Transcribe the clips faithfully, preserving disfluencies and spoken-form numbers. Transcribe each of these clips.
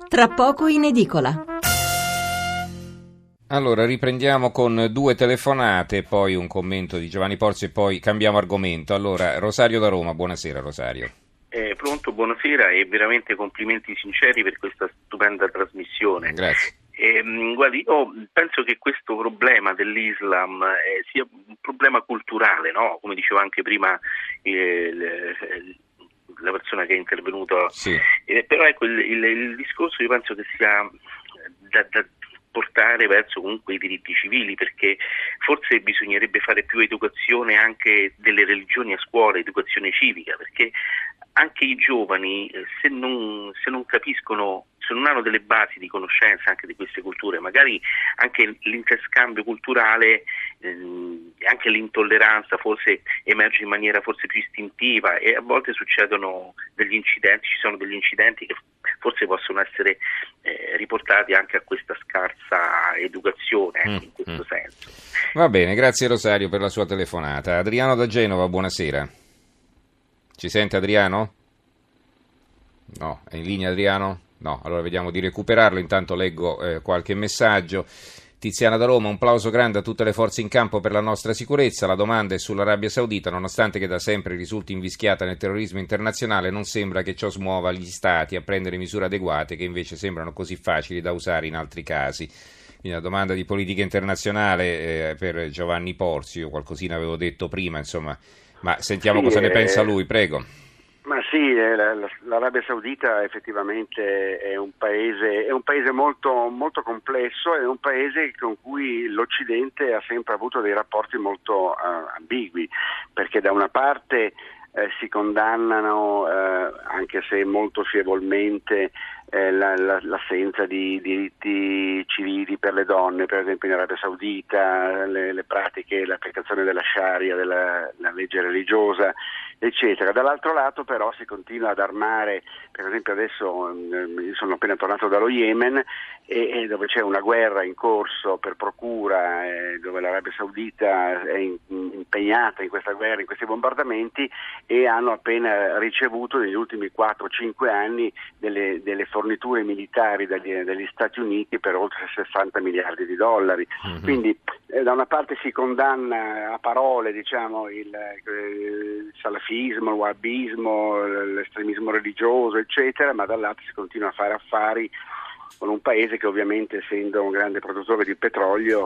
tra poco in edicola. Allora, riprendiamo con due telefonate, poi un commento di Giovanni Porzi e poi cambiamo argomento. Allora, Rosario da Roma, buonasera Rosario. Eh, pronto, buonasera e veramente complimenti sinceri per questa stupenda trasmissione. Grazie. Eh, guardi, io penso che questo problema dell'Islam eh, sia un problema culturale, no? Come diceva anche prima eh, le, la persona che è intervenuta. Sì. Eh, però ecco, il, il, il discorso io penso che sia da, da portare verso comunque i diritti civili, perché forse bisognerebbe fare più educazione anche delle religioni a scuola, educazione civica, perché anche i giovani eh, se non se non capiscono, se non hanno delle basi di conoscenza anche di queste culture, magari anche l'interscambio culturale ehm, e anche l'intolleranza forse emerge in maniera forse più istintiva e a volte succedono degli incidenti, ci sono degli incidenti che forse possono essere eh, riportati anche a questa scarsa educazione eh, mm, in questo mm. senso. Va bene, grazie Rosario per la sua telefonata. Adriano da Genova, buonasera. Ci sente Adriano? No, è in linea Adriano? No, allora vediamo di recuperarlo, intanto leggo eh, qualche messaggio. Tiziana da Roma, un plauso grande a tutte le forze in campo per la nostra sicurezza. La domanda è sull'Arabia Saudita, nonostante che da sempre risulti invischiata nel terrorismo internazionale, non sembra che ciò smuova gli stati a prendere misure adeguate che invece sembrano così facili da usare in altri casi. Quindi una domanda di politica internazionale eh, per Giovanni Porzi, io qualcosina avevo detto prima, insomma, ma sentiamo sì, cosa ne eh... pensa lui, prego. Ma sì, l'Arabia Saudita effettivamente è un paese, è un paese molto, molto complesso, è un paese con cui l'Occidente ha sempre avuto dei rapporti molto uh, ambigui, perché da una parte eh, si condannano, eh, anche se molto fievolmente, eh, la, la, l'assenza di diritti civili per le donne, per esempio in Arabia Saudita, le, le pratiche, l'applicazione della Sharia, della la legge religiosa, eccetera. Dall'altro lato però si continua ad armare, per esempio adesso eh, io sono appena tornato dallo Yemen e, e dove c'è una guerra in corso per procura, eh, dove l'Arabia Saudita è in, impegnata in questa guerra, in questi bombardamenti, e hanno appena ricevuto negli ultimi quattro cinque anni delle, delle forniture militari dagli, dagli Stati Uniti per oltre sessanta miliardi di dollari. Mm-hmm. Quindi eh, da una parte si condanna a parole, diciamo, il, eh, il salafismo, il wahhabismo, l'estremismo religioso, eccetera, ma dall'altro si continua a fare affari con un paese che ovviamente, essendo un grande produttore di petrolio,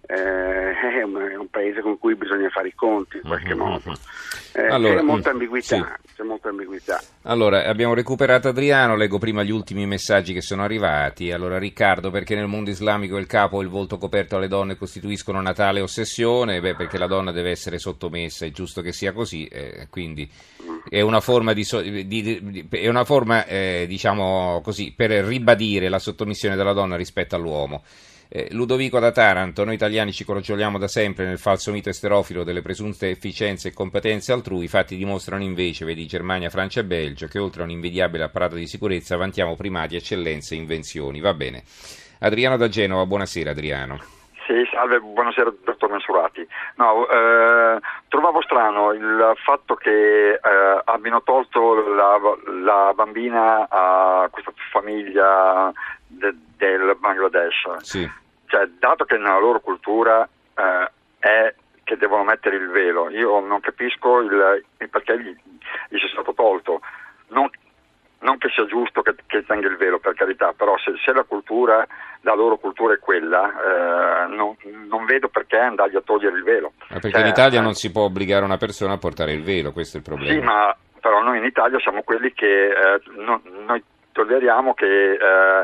eh, è, un, è un paese con cui bisogna fare i conti in qualche mm-hmm. modo. Eh, allora, c'è molta ambiguità, sì. c'è molta ambiguità. Allora, abbiamo recuperato Adriano, leggo prima gli ultimi messaggi che sono arrivati. Allora, Riccardo, perché nel mondo islamico il capo e il volto coperto alle donne costituiscono una tale ossessione? Beh, perché la donna deve essere sottomessa, è giusto che sia così, eh, quindi è una forma di, di, di è una forma eh, diciamo così, per ribadire la sottomissione della donna rispetto all'uomo. Eh, Ludovico da Taranto, noi italiani ci crogioliamo da sempre nel falso mito esterofilo delle presunte efficienze e competenze altrui. I fatti dimostrano invece, vedi Germania, Francia e Belgio, che oltre a un invidiabile apparato di sicurezza vantiamo primati, eccellenze e invenzioni. Va bene. Adriano da Genova, buonasera Adriano. Sì, salve, buonasera dottor Mensurati. No, eh, trovavo strano il fatto che eh, abbiano tolto la, la bambina a questa famiglia de, del Bangladesh. Sì. Cioè, dato che nella loro cultura eh, è che devono mettere il velo, io non capisco il, il perché gli, gli sia stato tolto. Non, non che sia giusto che, che tenga il velo, per carità, però se, se la cultura, la loro cultura è quella, eh, non, non vedo perché andargli a togliere il velo. Ma perché cioè, in Italia eh, non si può obbligare una persona a portare il velo, questo è il problema. Sì, ma però noi in Italia siamo quelli che eh, no, noi tolleriamo che eh,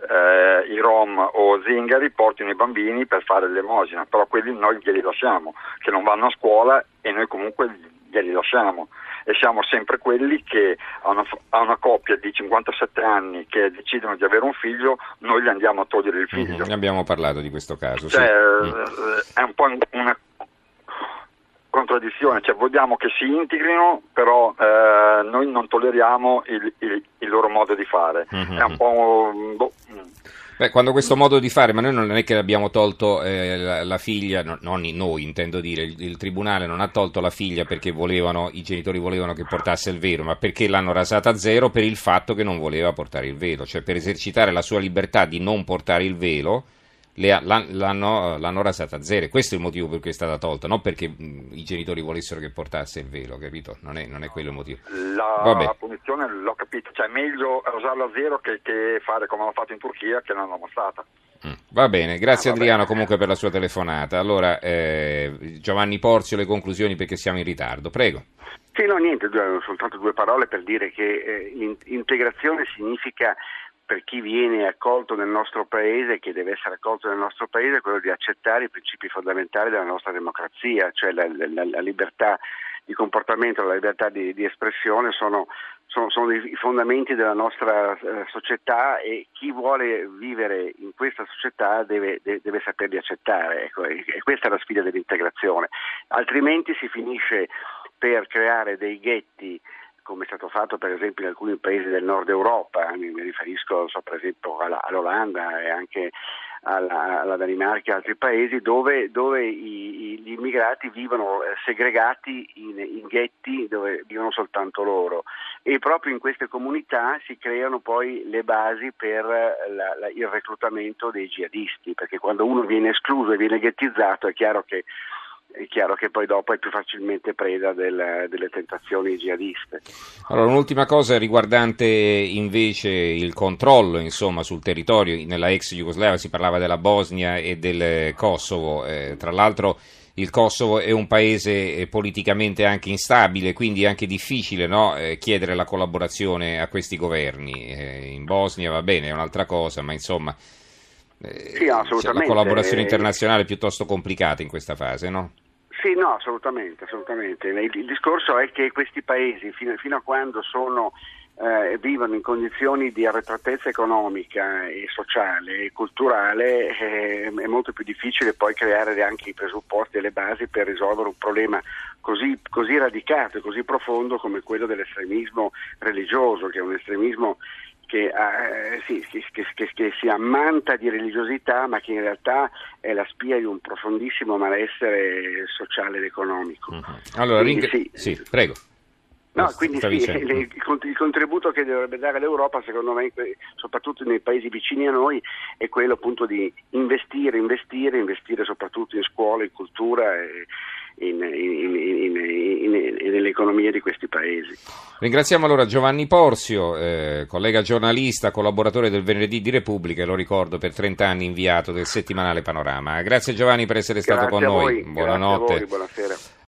eh, i Rom o zingari portino i bambini per fare l'elemosina, però quelli noi glieli lasciamo, che non vanno a scuola e noi comunque glieli lasciamo. E siamo sempre quelli che a una, a una coppia di cinquantasette anni che decidono di avere un figlio, noi gli andiamo a togliere il figlio. Mm-hmm. Abbiamo parlato di questo caso. Cioè, sì. mm. È un po' una contraddizione, cioè vogliamo che si integrino, però eh, noi non tolleriamo il, il, il loro modo di fare. Mm-hmm. È un po'... Boh, Beh, quando questo modo di fare, ma noi non è che abbiamo tolto eh, la, la figlia, no, non noi intendo dire, il, il tribunale non ha tolto la figlia perché volevano, i genitori volevano che portasse il velo, ma perché l'hanno rasata a zero per il fatto che non voleva portare il velo, cioè per esercitare la sua libertà di non portare il velo. Le, l'hanno, l'hanno rasata a zero, questo è il motivo per cui è stata tolta, non perché mh, i genitori volessero che portasse il velo, capito? Non è, non è quello il motivo. La Vabbè. punizione l'ho capito, cioè è meglio rasarla a zero che, che fare come hanno fatto in Turchia, che non l'hanno mostrata. Mm. Va bene, grazie ah, va Adriano bene. comunque per la sua telefonata. Allora, eh, Giovanni Porzio, le conclusioni perché siamo in ritardo, prego. Sì, no, niente, soltanto due parole per dire che eh, integrazione significa, per chi viene accolto nel nostro paese, che deve essere accolto nel nostro paese, quello di accettare i principi fondamentali della nostra democrazia, cioè la, la, la libertà di comportamento, la libertà di, di espressione sono, sono, sono i fondamenti della nostra eh, società, e chi vuole vivere in questa società deve, deve, deve saperli accettare, ecco, e, e questa è la sfida dell'integrazione, altrimenti si finisce per creare dei ghetti, come è stato fatto per esempio in alcuni paesi del nord Europa, mi, mi riferisco so, per esempio alla, all'Olanda e anche alla, alla Danimarca e altri paesi dove, dove i, gli immigrati vivono segregati in, in ghetti dove vivono soltanto loro, e proprio in queste comunità si creano poi le basi per la, la, il reclutamento dei jihadisti, perché quando uno viene escluso e viene ghettizzato è chiaro che è chiaro che poi dopo è più facilmente preda del, delle tentazioni jihadiste. Allora, un'ultima cosa riguardante invece il controllo, insomma, sul territorio. Nella ex Jugoslavia si parlava della Bosnia e del Kosovo, eh, tra l'altro il Kosovo è un paese politicamente anche instabile, quindi è anche difficile, no, eh, chiedere la collaborazione a questi governi. Eh, in Bosnia va bene, è un'altra cosa, ma insomma eh, sì, assolutamente. C'è la collaborazione internazionale è piuttosto complicata in questa fase, no? Sì, no, assolutamente, assolutamente. Il, il discorso è che questi paesi, fino, fino a quando sono, eh, vivono in condizioni di arretratezza economica e sociale e culturale, eh, è molto più difficile poi creare anche i presupposti e le basi per risolvere un problema così, così radicato e così profondo come quello dell'estremismo religioso, che è un estremismo Che, eh, sì, che, che, che, che si ammanta di religiosità, ma che in realtà è la spia di un profondissimo malessere sociale ed economico. Uh-huh. Allora, quindi, ring... sì. sì, prego. No, quindi sì, le, il contributo che dovrebbe dare l'Europa, secondo me, soprattutto nei paesi vicini a noi, è quello appunto di investire, investire, investire soprattutto in scuola, in cultura e in, in, in, in, in, nell'economia di questi paesi. Ringraziamo allora Giovanni Porzio, eh, collega giornalista, collaboratore del Venerdì di Repubblica, lo ricordo, per trenta anni inviato del settimanale Panorama. Grazie Giovanni per essere stato Grazie con noi, voi. buonanotte. Grazie a voi, buonasera.